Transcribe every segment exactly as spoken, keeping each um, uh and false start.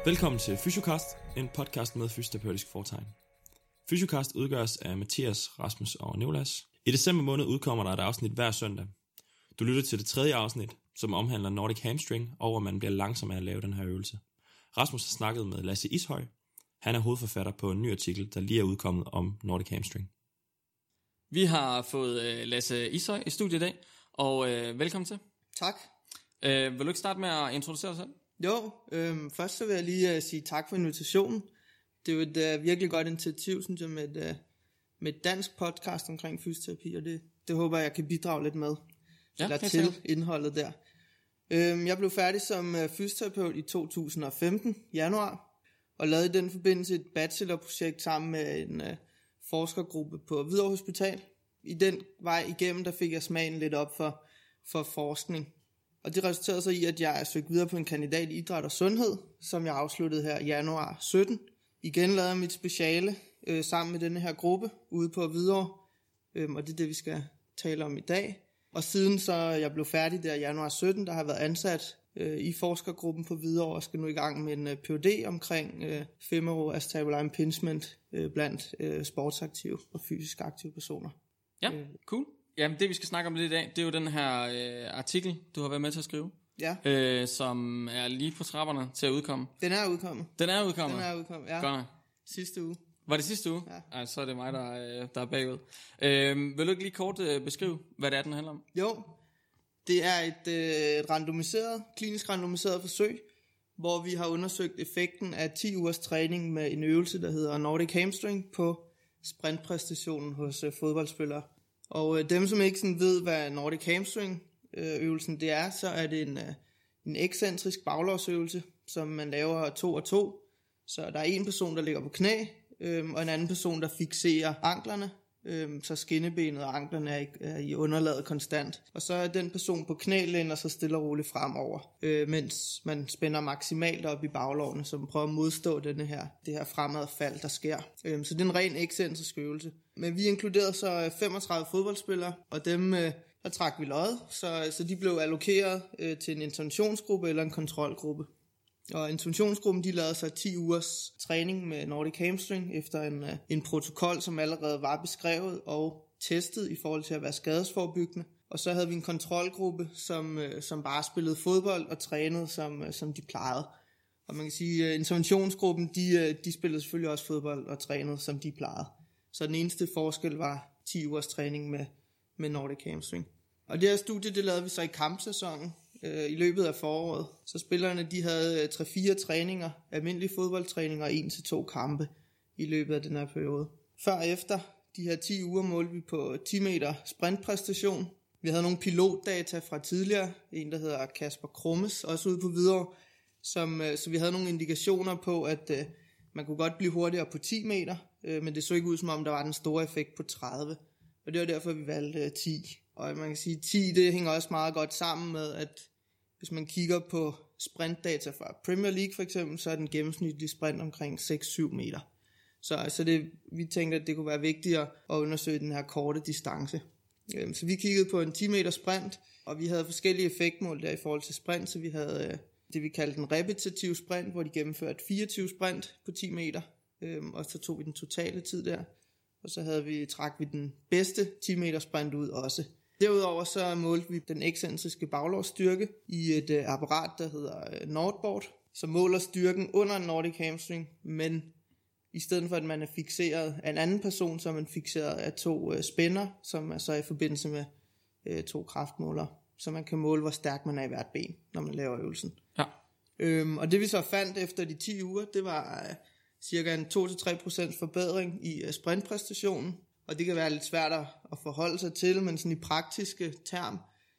Velkommen til Fysiocast, en podcast med fysioterapeutisk fortegn. Fysiocast udgøres af Mathias, Rasmus og Nicolas. I december måned udkommer der et afsnit hver søndag. Du lytter til det tredje afsnit, som omhandler Nordic Hamstring, og hvor man bliver langsom af at lave den her øvelse. Rasmus har snakket med Lasse Ishøj. Han er hovedforfatter på en ny artikel, der lige er udkommet om Nordic Hamstring. Vi har fået Lasse Ishøj i studiet i dag, og øh, velkommen til. Tak. Øh, vil du ikke starte med at introducere dig selv? Jo, øh, først så vil jeg lige uh, sige tak for invitationen. Det er jo et uh, virkelig godt initiativ, synes jeg, med, uh, med et dansk podcast omkring fysioterapi, og det, det håber jeg, jeg kan bidrage lidt med. Så ja, til indholdet der. Øh, jeg blev færdig som uh, fysioterapeut i to tusind og femten, januar, og lavede i den forbindelse et bachelorprojekt sammen med en uh, forskergruppe på Hvidovre Hospital. I den vej igennem, der fik jeg smagen lidt op for, for forskning. Og det resulterede så i, at jeg søgte videre på en kandidat i idræt og sundhed, som jeg afsluttede her i januar sytten. Igen lavede jeg mit speciale øh, sammen med denne her gruppe ude på Hvidovre, øhm, og det er det, vi skal tale om i dag. Og siden så jeg blev færdig der i januar sytten, der har jeg været ansat øh, i forskergruppen på Hvidovre og skal nu i gang med en øh, P H D omkring øh, femoral acetabular impingement øh, blandt øh, sportsaktive og fysisk aktive personer. Ja, cool. Jamen det vi skal snakke om lidt i dag, det er jo den her øh, artikel, du har været med til at skrive. Ja. Øh, som er lige på trapperne til at udkomme. Den er udkommet. Den er udkommet? Den er udkommet, ja. Godt. Sidste uge. Var det sidste uge? Ja. Ej, så er det mig, der, øh, der er bagud. Øh, vil du ikke lige kort øh, beskrive, hvad det er, den handler om? Jo, det er et øh, randomiseret, klinisk randomiseret forsøg, hvor vi har undersøgt effekten af ti ugers træning med en øvelse, der hedder Nordic Hamstring på sprintpræstationen hos øh, fodboldspillere. Og øh, dem, som ikke sådan ved, hvad Nordic Hamstring øh, øvelsen det er, så er det en, øh, en ekscentrisk baglårsøvelse, som man laver to og to. Så der er en person, der ligger på knæ, øh, og en anden person, der fikserer anklerne, øh, så skinnebenet og anklerne er i, er i underlaget konstant. Og så er den person på knæ læner sig stille og roligt fremover, øh, mens man spænder maksimalt op i baglårene, som prøver at modstå denne her, det her fremadfald, der sker. Øh, så det er en ren ekscentrisk øvelse. Men vi inkluderede så femogtredive fodboldspillere, og dem øh, der trak vi lod, så, så de blev allokeret øh, til en interventionsgruppe eller en kontrolgruppe. Og interventionsgruppen, de lavede så ti ugers træning med Nordic Hamstring efter en, øh, en protokol, som allerede var beskrevet og testet i forhold til at være skadesforebyggende. Og så havde vi en kontrolgruppe, som, øh, som bare spillede fodbold og trænede, som, øh, som de plejede. Og man kan sige, at interventionsgruppen, de, øh, de spillede selvfølgelig også fodbold og trænede, som de plejede. Så den eneste forskel var ti ugers træning med, med Nordic Hamstring. Og det her studie, det lavede vi så i kampsæsonen øh, i løbet af foråret. Så spillerne, de havde tre fire træninger, almindelige fodboldtræninger og en til to kampe i løbet af den her periode. Før og efter de her ti uger målte vi på ti meter sprintpræstation. Vi havde nogle pilotdata fra tidligere, en der hedder Kasper Krummes, også ude på Hvidovre, som, øh, så vi havde nogle indikationer på, at øh, man kunne godt blive hurtigere på ti meter, øh, men det så ikke ud som om, der var den store effekt på tredive. Og det var derfor, vi valgte øh, ti. Og man kan sige, ti det hænger også meget godt sammen med, at hvis man kigger på sprintdata fra Premier League for eksempel, så er den gennemsnitlige sprint omkring seks syv meter. Så altså det, vi tænkte, at det kunne være vigtigere at undersøge den her korte distance. Øh, så vi kiggede på en ti meter sprint, og vi havde forskellige effektmål der i forhold til sprint, så vi havde øh, det, vi kaldte en repetitiv sprint, hvor de gennemførte fireogtyve sprint på ti meter. Øhm, og så tog vi den totale tid der, og så havde vi trak vi den bedste ti meter sprint ud også. Derudover så målte vi den ekscentriske baglårsstyrke i et øh, apparat, der hedder øh, Nordboard, som måler styrken under en Nordic Hamstring, men i stedet for at man er fikseret af en anden person, så er man fikseret af to øh, spænder, som er så i forbindelse med øh, to kraftmålere, så man kan måle, hvor stærk man er i hvert ben, når man laver øvelsen. Ja. Øhm, og det vi så fandt efter de ti uger, det var øh, cirka en to til tre procent forbedring i øh, sprintpræstationen. Og det kan være lidt svært at forholde sig til, men sådan i praktiske term,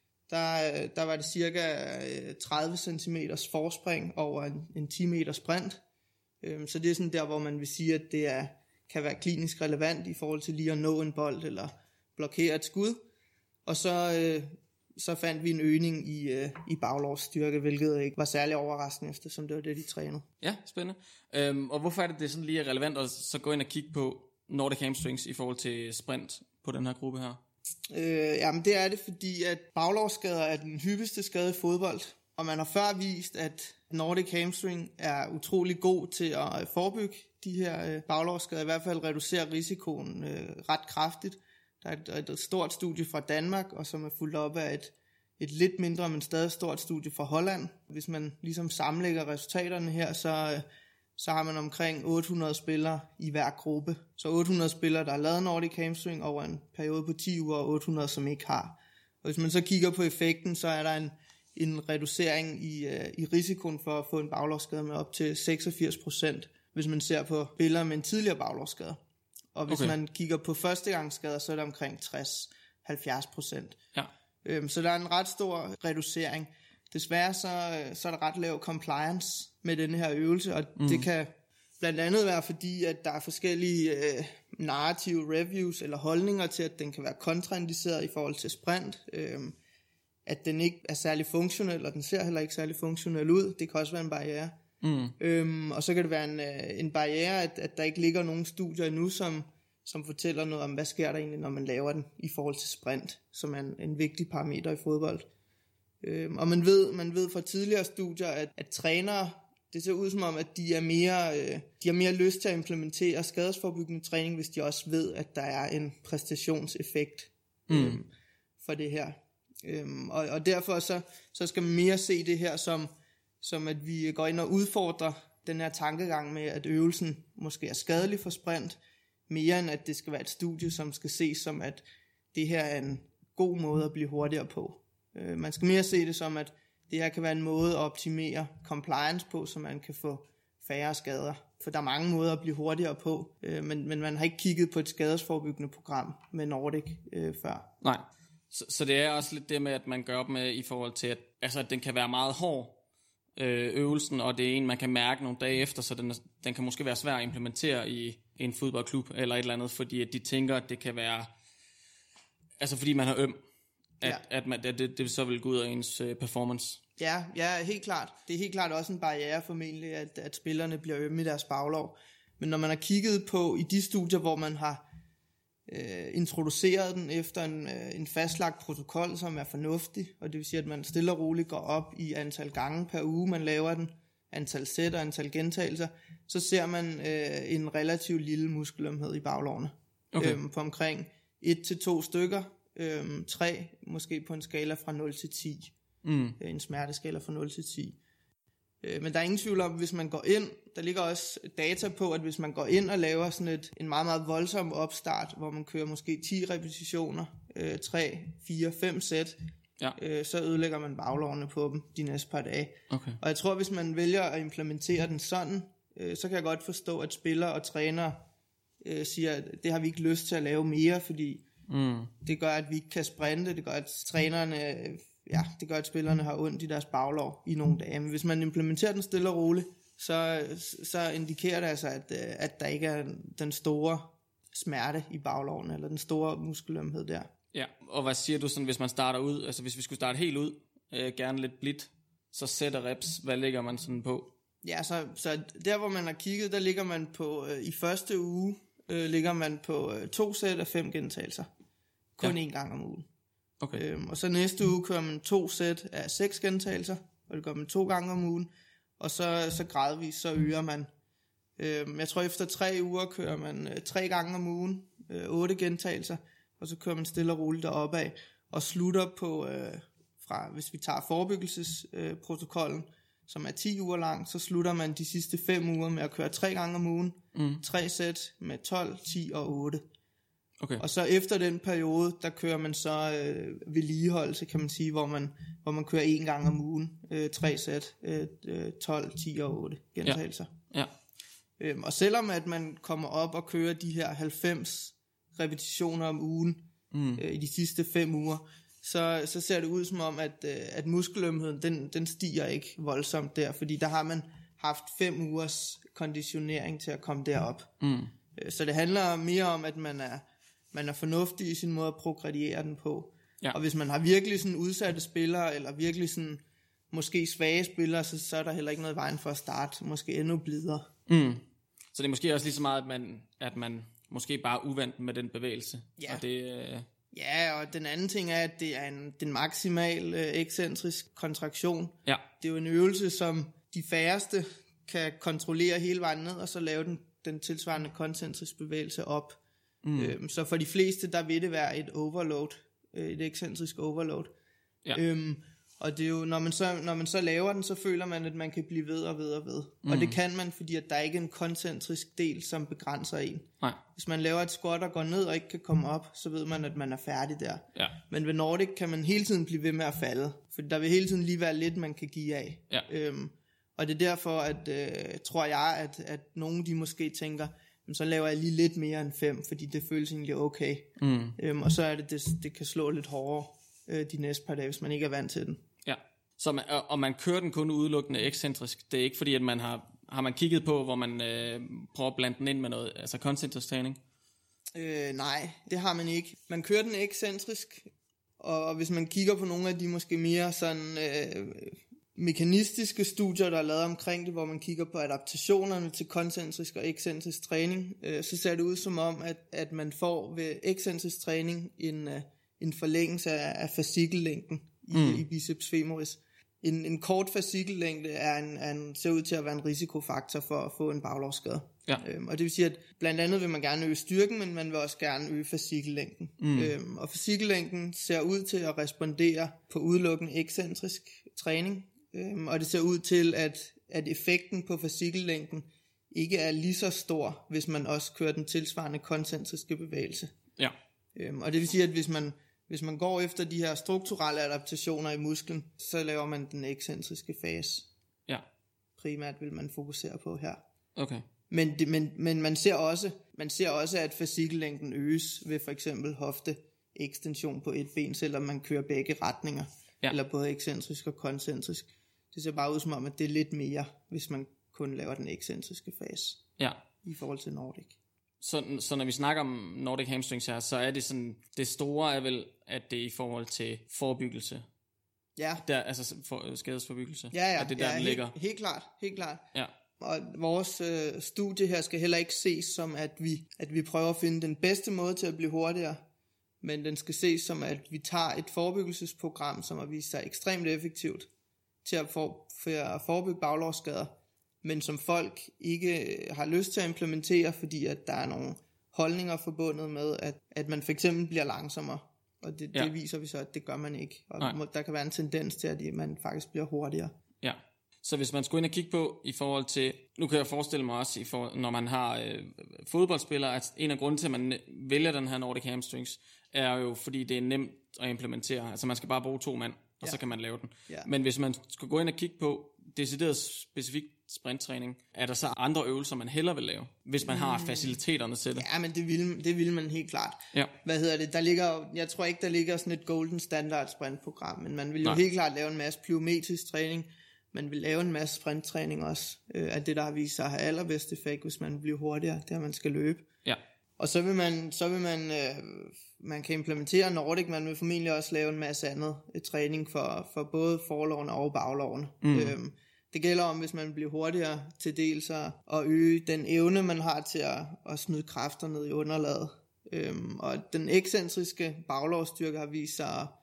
der, øh, der var det cirka øh, tredive centimeters forspring over en, en ti meter sprint. Øhm, så det er sådan der, hvor man vil sige, at det er, kan være klinisk relevant i forhold til lige at nå en bold eller blokere et skud. Og så... Øh, så fandt vi en øgning i, øh, i baglårsstyrke, hvilket ikke var særlig overraskende, eftersom det var det, de trænede. Ja, spændende. Øhm, og hvorfor er det, det sådan lige er relevant at så gå ind og kigge på Nordic Hamstrings i forhold til sprint på den her gruppe her? Øh, jamen det er det, fordi at baglårsskader er den hyppigste skade i fodbold, og man har før vist, at Nordic Hamstring er utrolig god til at forebygge de her øh, baglårsskader, i hvert fald reducere risikoen øh, ret kraftigt. Der er et, et stort studie fra Danmark, og som er fulgt op af et, et lidt mindre, men stadig stort studie fra Holland. Hvis man ligesom sammenlægger resultaterne her, så, øh, så har man omkring otte hundrede spillere i hver gruppe. Så otte hundrede spillere, der har lavet Nordic Hamstring over en periode på ti uger, og otte hundrede, som ikke har. Og hvis man så kigger på effekten, så er der en en reducering i, øh, i risikoen for at få en baglårsskade med op til seksogfirs procent, hvis man ser på spillere med en tidligere baglårsskade. Og hvis okay. man kigger på førstegangsskader, så er det omkring tres til halvfjerds procent. Ja. Øhm, så der er en ret stor reducering. Desværre så, så er der ret lav compliance med denne her øvelse, og mm. det kan blandt andet være fordi, at der er forskellige øh, narrative reviews eller holdninger til, at den kan være kontraindiceret i forhold til sprint. Øhm, at den ikke er særlig funktionel, og den ser heller ikke særlig funktionel ud. Det kan også være en barriere. Mm. Øhm, og så kan det være en, en barriere, at, at der ikke ligger nogen studier endnu, som, som fortæller noget om, hvad sker der egentlig, når man laver den i forhold til sprint, som er en, en vigtig parameter i fodbold. Øhm, og man ved, man ved fra tidligere studier, at, at trænere, det ser ud som om, at de er mere, øh, de har mere lyst til at implementere skadesforebyggende træning, hvis de også ved, at der er en præstationseffekt øh, mm. for det her. Øhm, og, og derfor så, så skal man mere se det her som, som at vi går ind og udfordrer den her tankegang med, at øvelsen måske er skadelig for sprint, mere end at det skal være et studie, som skal ses som, at det her er en god måde at blive hurtigere på. Øh, man skal mere se det som, at det her kan være en måde at optimere compliance på, så man kan få færre skader. For der er mange måder at blive hurtigere på, øh, men, men man har ikke kigget på et skadesforebyggende program med Nordic øh, før. Nej. Så, så det er også lidt det med, at man gør op med i forhold til, at, altså, at den kan være meget hård, øh, øvelsen, og det er en, man kan mærke nogle dage efter, så den, den kan måske være svær at implementere i en fodboldklub eller et eller andet, fordi at de tænker, at det kan være, altså fordi man har øm, at, ja. at, man, at det, det så vil gå ud af ens øh, performance. Ja, ja, helt klart. Det er helt klart også en barriere formentlig, at, at spillerne bliver ømme i deres baglov. Men når man har kigget på i de studier, hvor man har Øh, introduceret den efter en, øh, en fastlagt protokol, som er fornuftig, og det vil sige, at man stille og roligt går op i antal gange per uge, man laver den, antal sæt og antal gentagelser, så ser man øh, en relativt lille muskelømhed i baglårene. Okay. Øhm, på omkring et til to stykker, øhm, tre måske på en skala fra nul til ti. Mm. En smerteskala fra nul til ti. Men der er ingen tvivl om, hvis man går ind, der ligger også data på, at hvis man går ind og laver sådan et, en meget, meget voldsom opstart, hvor man kører måske ti repetitioner, øh, tre, fire, fem sæt, ja. øh, så ødelægger man baglårene på dem de næste par dage. Okay. Og jeg tror, hvis man vælger at implementere den sådan, øh, så kan jeg godt forstå, at spillere og trænere øh, siger, at det har vi ikke lyst til at lave mere, fordi mm. det gør, at vi ikke kan sprinte, det gør, at trænerne... Øh, Ja, det gør, at spillerne har ondt i deres baglår i nogle dage. Men hvis man implementerer den stille og roligt, så, så indikerer det altså, at, at der ikke er den store smerte i baglårene, eller den store muskelømhed der. Ja, og hvad siger du sådan, hvis man starter ud, altså hvis vi skulle starte helt ud, øh, gerne lidt blidt, så sætter reps, hvad ligger man sådan på? Ja, så, så der hvor man har kigget, der ligger man på, øh, i første uge, øh, ligger man på øh, to sæt af fem gentagelser. Kun ja. én gang om ugen. Okay. Øhm, og så næste uge kører man to sæt af seks gentagelser, og det gør man to gange om ugen, og så, så gradvist så øger man. Øhm, jeg tror efter tre uger kører man øh, tre gange om ugen, øh, otte gentagelser, og så kører man stille og roligt deroppe af, og slutter på, øh, fra, hvis vi tager forebyggelsesprotokollen, øh, som er ti uger lang, så slutter man de sidste fem uger med at køre tre gange om ugen, mm. tre sæt med tolv, ti og otte. Okay. Og så efter den periode, der kører man så øh, vedligeholdelse, kan man sige, hvor man, hvor man kører en gang om ugen, øh, tre sæt, øh, tolv, ti og otte gentagelser. Ja. Ja. Øhm, og selvom at man kommer op og kører de her halvfems repetitioner om ugen mm. øh, i de sidste fem uger, så, så ser det ud som om, at, øh, at muskelømheden, den, den stiger ikke voldsomt der, fordi der har man haft fem ugers konditionering til at komme derop. Mm. Øh, så det handler mere om, at man er Man er fornuftig i sin måde at progrediere den på. Ja. Og hvis man har virkelig sådan udsatte spillere, eller virkelig sådan måske svage spillere, så, så er der heller ikke noget vejen for at starte, måske endnu blidere. Mm. Så det er måske også lige så meget, at man, at man måske bare er uvant med den bevægelse. Ja. Og det, øh... ja, og den anden ting er, at det er en, den maksimal øh, ekscentrisk kontraktion. Ja. Det er jo en øvelse, som de færreste kan kontrollere hele vejen ned, og så lave den, den tilsvarende koncentriske bevægelse op. Mm. Øhm, så for de fleste, der vil det være et overload, et ekscentrisk overload. Ja. Øhm, og det er jo, når man, så, når man så laver den, så føler man, at man kan blive ved og ved og ved. Mm. Og det kan man, fordi at der ikke er en koncentrisk del, som begrænser en. Nej. Hvis man laver et squat og går ned og ikke kan komme op, så ved man, at man er færdig der. Ja. Men ved Nordic kan man hele tiden blive ved med at falde, for der vil hele tiden lige være lidt, man kan give af. Ja. Øhm, og det er derfor, at øh, tror jeg, at, at nogen de måske tænker, så laver jeg lige lidt mere end fem, fordi det føles egentlig okay. Mm. Øhm, og så er det, det, det kan slå lidt hårdere øh, de næste par dage, hvis man ikke er vant til den. Ja, så man, og man kører den kun udelukkende ekscentrisk. Det er ikke fordi, at man har, har man kigget på, hvor man øh, prøver at blande den ind med noget, altså koncentrisk træning? Øh, nej, det har man ikke. Man kører den ekscentrisk, og, og hvis man kigger på nogle af de måske mere sådan øh, mekanistiske studier, der er lavet omkring det, hvor man kigger på adaptationerne til koncentrisk og ekscentrisk træning, øh, så ser det ud som om, at, at man får ved ekscentrisk træning en, øh, en forlængelse af, af fascikellængden i, mm. i biceps femoris. En, en kort fascikellængde er en, er en, ser ud til at være en risikofaktor for at få en baglårsskade. Ja. Øhm, og det vil sige, at blandt andet vil man gerne øge styrken, men man vil også gerne øge fascikellængden. Mm. Øhm, og fascikellængden ser ud til at respondere på udelukkende ekscentrisk træning. Øhm, og det ser ud til, at, at effekten på fascikellængden ikke er lige så stor, hvis man også kører den tilsvarende koncentriske bevægelse. Ja. Øhm, og det vil sige, at hvis man, hvis man går efter de her strukturelle adaptationer i musklen, så laver man den ekscentriske fase. Ja. Primært vil man fokusere på her. Okay. Men, det, men, men man ser også, man ser også, at fascikellængden øges ved for eksempel hofteekstension på et ben, selvom man kører begge retninger. Ja. Eller både ekscentrisk og koncentrisk. Det ser bare ud som om, at det er lidt mere, hvis man kun laver den ekscentriske fase. Ja. I forhold til Nordic. Så, så når vi snakker om Nordic hamstrings her, så er det sådan, det store er vel, at det er i forhold til forebyggelse. Ja. Der, altså for, skadesforbyggelse. Ja, ja. At det der, ja, den helt, ligger. Helt klart, helt klart. Ja. Og vores øh, studie her skal heller ikke ses som, at vi, at vi prøver at finde den bedste måde til at blive hurtigere, men den skal ses som, at vi tager et forebyggelsesprogram, som har vist sig ekstremt effektivt til at, for, for at forebygge baglårsskader, men som folk ikke har lyst til at implementere, fordi at der er nogle holdninger forbundet med, at, at man for eksempel bliver langsommere. Og det, ja. det viser vi så, at det gør man ikke. Og Nej. der kan være en tendens til, at man faktisk bliver hurtigere. Ja. Så hvis man skulle ind og kigge på i forhold til, nu kan jeg forestille mig også, i forhold, når man har øh, fodboldspillere, at en af grunden til, at man vælger den her Nordic hamstrings, er jo fordi det er nemt at implementere. Altså man skal bare bruge to mand, og ja. så kan man lave den. Ja. Men hvis man skulle gå ind og kigge på decideret specifikt sprinttræning, er der så andre øvelser, man hellere vil lave, hvis man har faciliteterne til det? Ja, men det vil, det vil man helt klart. Ja. Hvad hedder det? Der ligger, jeg tror ikke, der ligger sådan et golden standard sprintprogram, men man vil jo Nej. helt klart lave en masse plyometrisk træning. Man vil lave en masse sprinttræning også, øh, af det, der har vist sig at have allerbedst effekt, hvis man bliver hurtigere, det er, man skal løbe. Ja. Og så vil man, så vil man, øh, man kan implementere Nordic, man vil formentlig også lave en masse andet et træning for, for både forlovene og baglovene. Mm. Øhm, det gælder om, hvis man bliver hurtigere til dels at, at øge den evne, man har til at, at smide kræfter ned i underlaget. Øhm, og den ekscentriske baglovsstyrke har vist sig at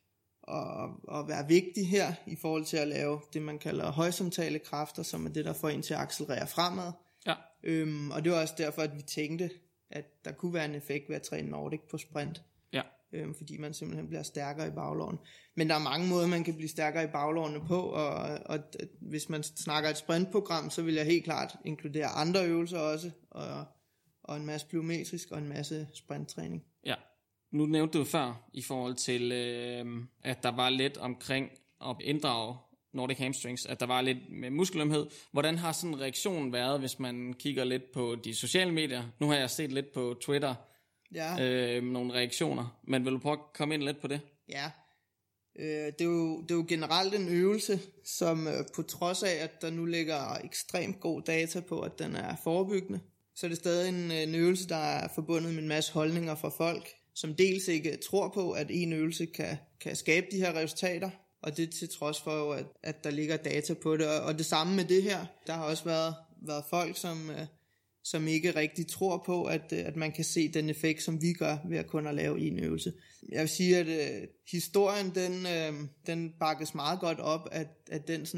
Og, og være vigtig her i forhold til at lave det, man kalder horisontale kræfter, som er det, der får en til at accelerere fremad. Ja. Øhm, og det var også derfor, at vi tænkte, at der kunne være en effekt ved at træne Nordic på sprint. Ja. Øhm, fordi man simpelthen bliver stærkere i baglåren. Men der er mange måder, man kan blive stærkere i baglårene på, og, og hvis man snakker et sprintprogram, så vil jeg helt klart inkludere andre øvelser også, og, og en masse plyometrisk og en masse sprinttræning. Ja. Nu nævnte du før i forhold til, øh, at der var lidt omkring at inddrage Nordic hamstrings, at der var lidt med muskelømhed. Hvordan har sådan en reaktion været, hvis man kigger lidt på de sociale medier? Nu har jeg set lidt på Twitter, ja. øh, nogle reaktioner, men vil du prøve at komme ind lidt på det? Ja, øh, det, er jo, det er jo generelt en øvelse, som øh, på trods af, at der nu ligger ekstremt god data på, at den er forebyggende, så er det stadig en, en øvelse, der er forbundet med en masse holdninger fra folk, som dels ikke tror på, at en øvelse kan, kan skabe de her resultater, og det til trods for, at, at der ligger data på det. Og, og det samme med det her. Der har også været, været folk, som, øh, som ikke rigtig tror på, at, at man kan se den effekt, som vi gør ved at kun at lave en øvelse. Jeg vil sige, at øh, historien, den, øh, den bakkes meget godt op, at, at den sådan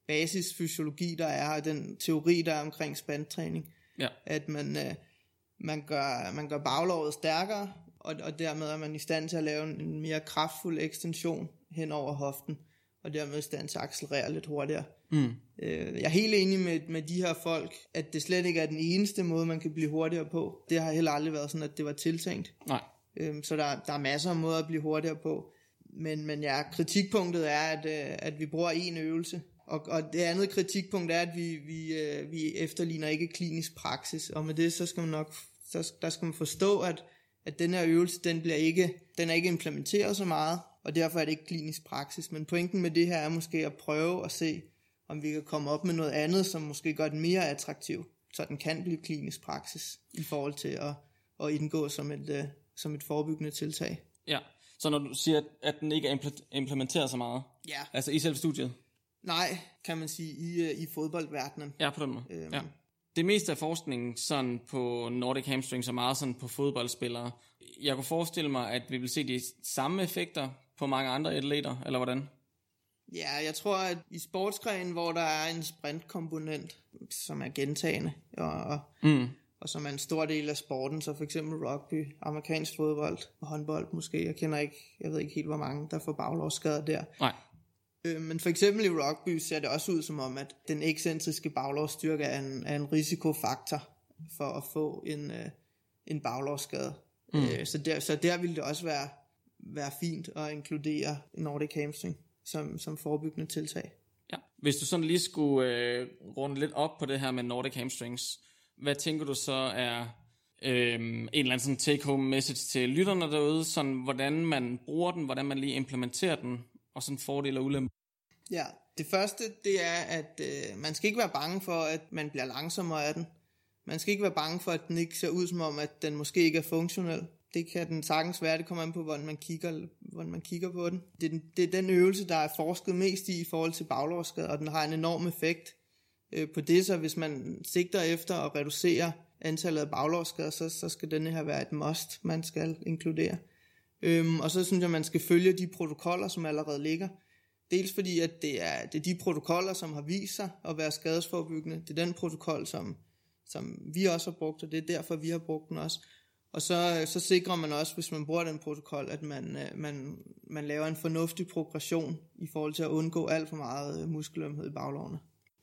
basisfysiologi, der er, og den teori, der er omkring sprinttræning. Ja. At man, øh, man, gør, man gør baglåret stærkere, og, og dermed er man i stand til at lave en, en mere kraftfuld ekstension hen over hoften, og dermed i stand til at accelerere lidt hurtigere. Mm. Øh, jeg er helt enig med, med de her folk, at det slet ikke er den eneste måde, man kan blive hurtigere på. Det har heller aldrig været sådan, at det var tiltænkt. Nej. Øh, så der, der er masser af måder at blive hurtigere på. Men, men ja, kritikpunktet er, at, øh, at vi bruger en øvelse. Og, og det andet kritikpunkt er, at vi, vi, øh, vi efterligner ikke klinisk praksis. Og med det, så skal man nok, så, der skal man forstå, at, at den her øvelse, den, bliver ikke, den er ikke implementeret så meget, og derfor er det ikke klinisk praksis. Men pointen med det her er måske at prøve at se, om vi kan komme op med noget andet, som måske gør den mere attraktiv, så den kan blive klinisk praksis, i forhold til at, at indgå som et, uh, som et forebyggende tiltag. Ja, så når du siger, at den ikke er implementeret så meget, ja. Altså i selve studiet? Nej, kan man sige, i, i fodboldverdenen. Ja, på den måde. Øhm. Ja. Det meste af forskningen sådan på Nordic Hamstring, så meget sådan på fodboldspillere. Jeg kunne forestille mig, at vi vil se de samme effekter på mange andre atleter, eller hvordan? Ja, jeg tror, at i sportsgrenen, hvor der er en sprintkomponent, som er gentagende, og, mm. og som er en stor del af sporten, så for eksempel rugby, amerikansk fodbold og håndbold måske. Jeg kender ikke, jeg ved ikke helt, hvor mange, der får baglårsskader der. Nej. Øh, men for eksempel i rugby ser det også ud som om, at den ekscentriske baglårsstyrke er en, er en risikofaktor for at få en, øh, en baglårsskade. Mm. Øh, så, der, så der ville det også være, være fint at inkludere Nordic Hamstring som, som forebyggende tiltag. Ja. Hvis du sådan lige skulle øh, runde lidt op på det her med Nordic Hamstrings, hvad tænker du så er øh, en eller anden sådan take-home message til lytterne derude, sådan hvordan man bruger den, hvordan man lige implementerer den, og sådan fordele og ulemper? Ja, det første, det er, at øh, man skal ikke være bange for, at man bliver langsommere af den. Man skal ikke være bange for, at den ikke ser ud som om, at den måske ikke er funktionel. Det kan den sagtens være, det kommer an på, hvordan man kigger, hvordan man kigger på den. Det er den, det er den øvelse, der er forsket mest i i forhold til baglårsskade, og den har en enorm effekt øh, på det, så hvis man sigter efter at reducere antallet af baglårsskader, så, så skal denne her være et must, man skal inkludere. Øhm, og så synes jeg, man skal følge de protokoller, som allerede ligger. Dels fordi, at det er, det er de protokoller, som har vist sig at være skadesforebyggende. Det er den protokol, som, som vi også har brugt, og det er derfor, vi har brugt den også. Og så, så sikrer man også, hvis man bruger den protokol, at man, man, man laver en fornuftig progression i forhold til at undgå alt for meget muskelømhed i baglårene.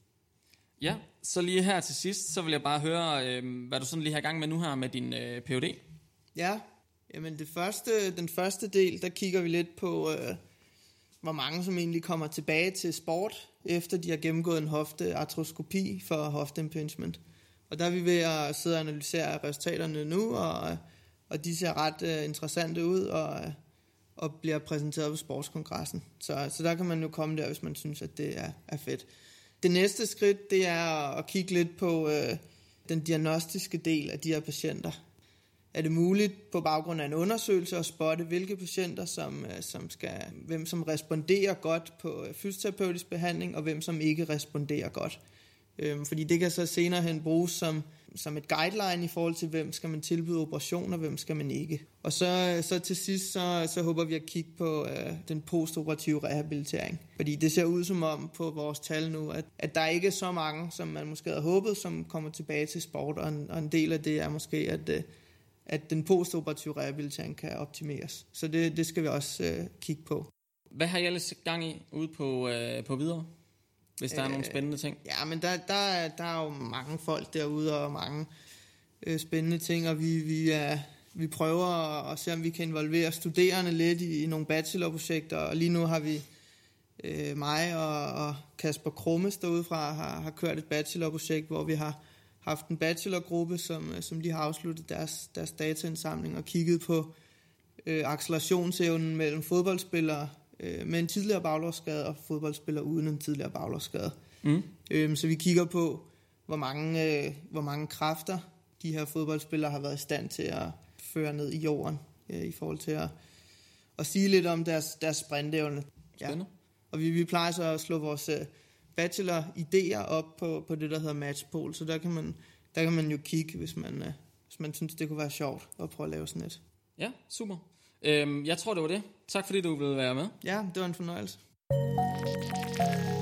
Ja, så lige her til sidst, så vil jeg bare høre, øh, hvad du sådan lige har i gang med nu her med din øh, P H D. Ja, jamen det første, den første del, der kigger vi lidt på, øh, hvor mange som egentlig kommer tilbage til sport, efter de har gennemgået en hofteartroskopi for hofteimpingement. Og der er vi ved at sidde og analysere resultaterne nu, og, og de ser ret uh, interessante ud, og, og bliver præsenteret på sportskongressen. Så, så der kan man jo komme der, hvis man synes, at det er, er fedt. Det næste skridt, det er at kigge lidt på uh, den diagnostiske del af de her patienter. Er det muligt på baggrund af en undersøgelse at spotte, hvilke patienter, som, uh, som skal, hvem som responderer godt på fysioterapeutisk behandling, og hvem som ikke responderer godt? Øhm, fordi det kan så senere hen bruges som, som et guideline i forhold til, hvem skal man tilbyde operation, og hvem skal man ikke. Og så, så til sidst, så, så håber vi at kigge på øh, den postoperative rehabilitering. Fordi det ser ud som om på vores tal nu, at, at der ikke er så mange, som man måske havde håbet, som kommer tilbage til sport. Og en, og en del af det er måske, at, øh, at den postoperative rehabilitering kan optimeres. Så det, det skal vi også øh, kigge på. Hvad har I ellers gang i ude på, øh, på videre? Hvis der øh, er nogle spændende ting. Ja, men der, der, der er jo mange folk derude, og mange øh, spændende ting, og vi, vi, er, vi prøver at se, om vi kan involvere studerende lidt i, i nogle bachelorprojekter, og lige nu har vi øh, mig og, og Kasper Krummes derudefra har, har kørt et bachelorprojekt, hvor vi har haft en bachelorgruppe, som, som lige har afsluttet deres, deres dataindsamling og kigget på øh, accelerationsevnen mellem fodboldspillere med en tidligere baglårsskade og fodboldspiller uden en tidligere baglårsskade. Mm. Øhm, så vi kigger på, hvor mange, øh, hvor mange kræfter de her fodboldspillere har været i stand til at føre ned i jorden, øh, i forhold til at, at sige lidt om deres, deres sprintevne. Ja. Og vi, vi plejer så at slå vores øh, bachelor-idéer op på, på det, der hedder Matchpool, så der kan man, der kan man jo kigge, hvis man, øh, hvis man synes, det kunne være sjovt at prøve at lave sådan et. Ja, super. Øhm, jeg tror, det var det. Tak fordi du ville være med. Ja, det var en fornøjelse.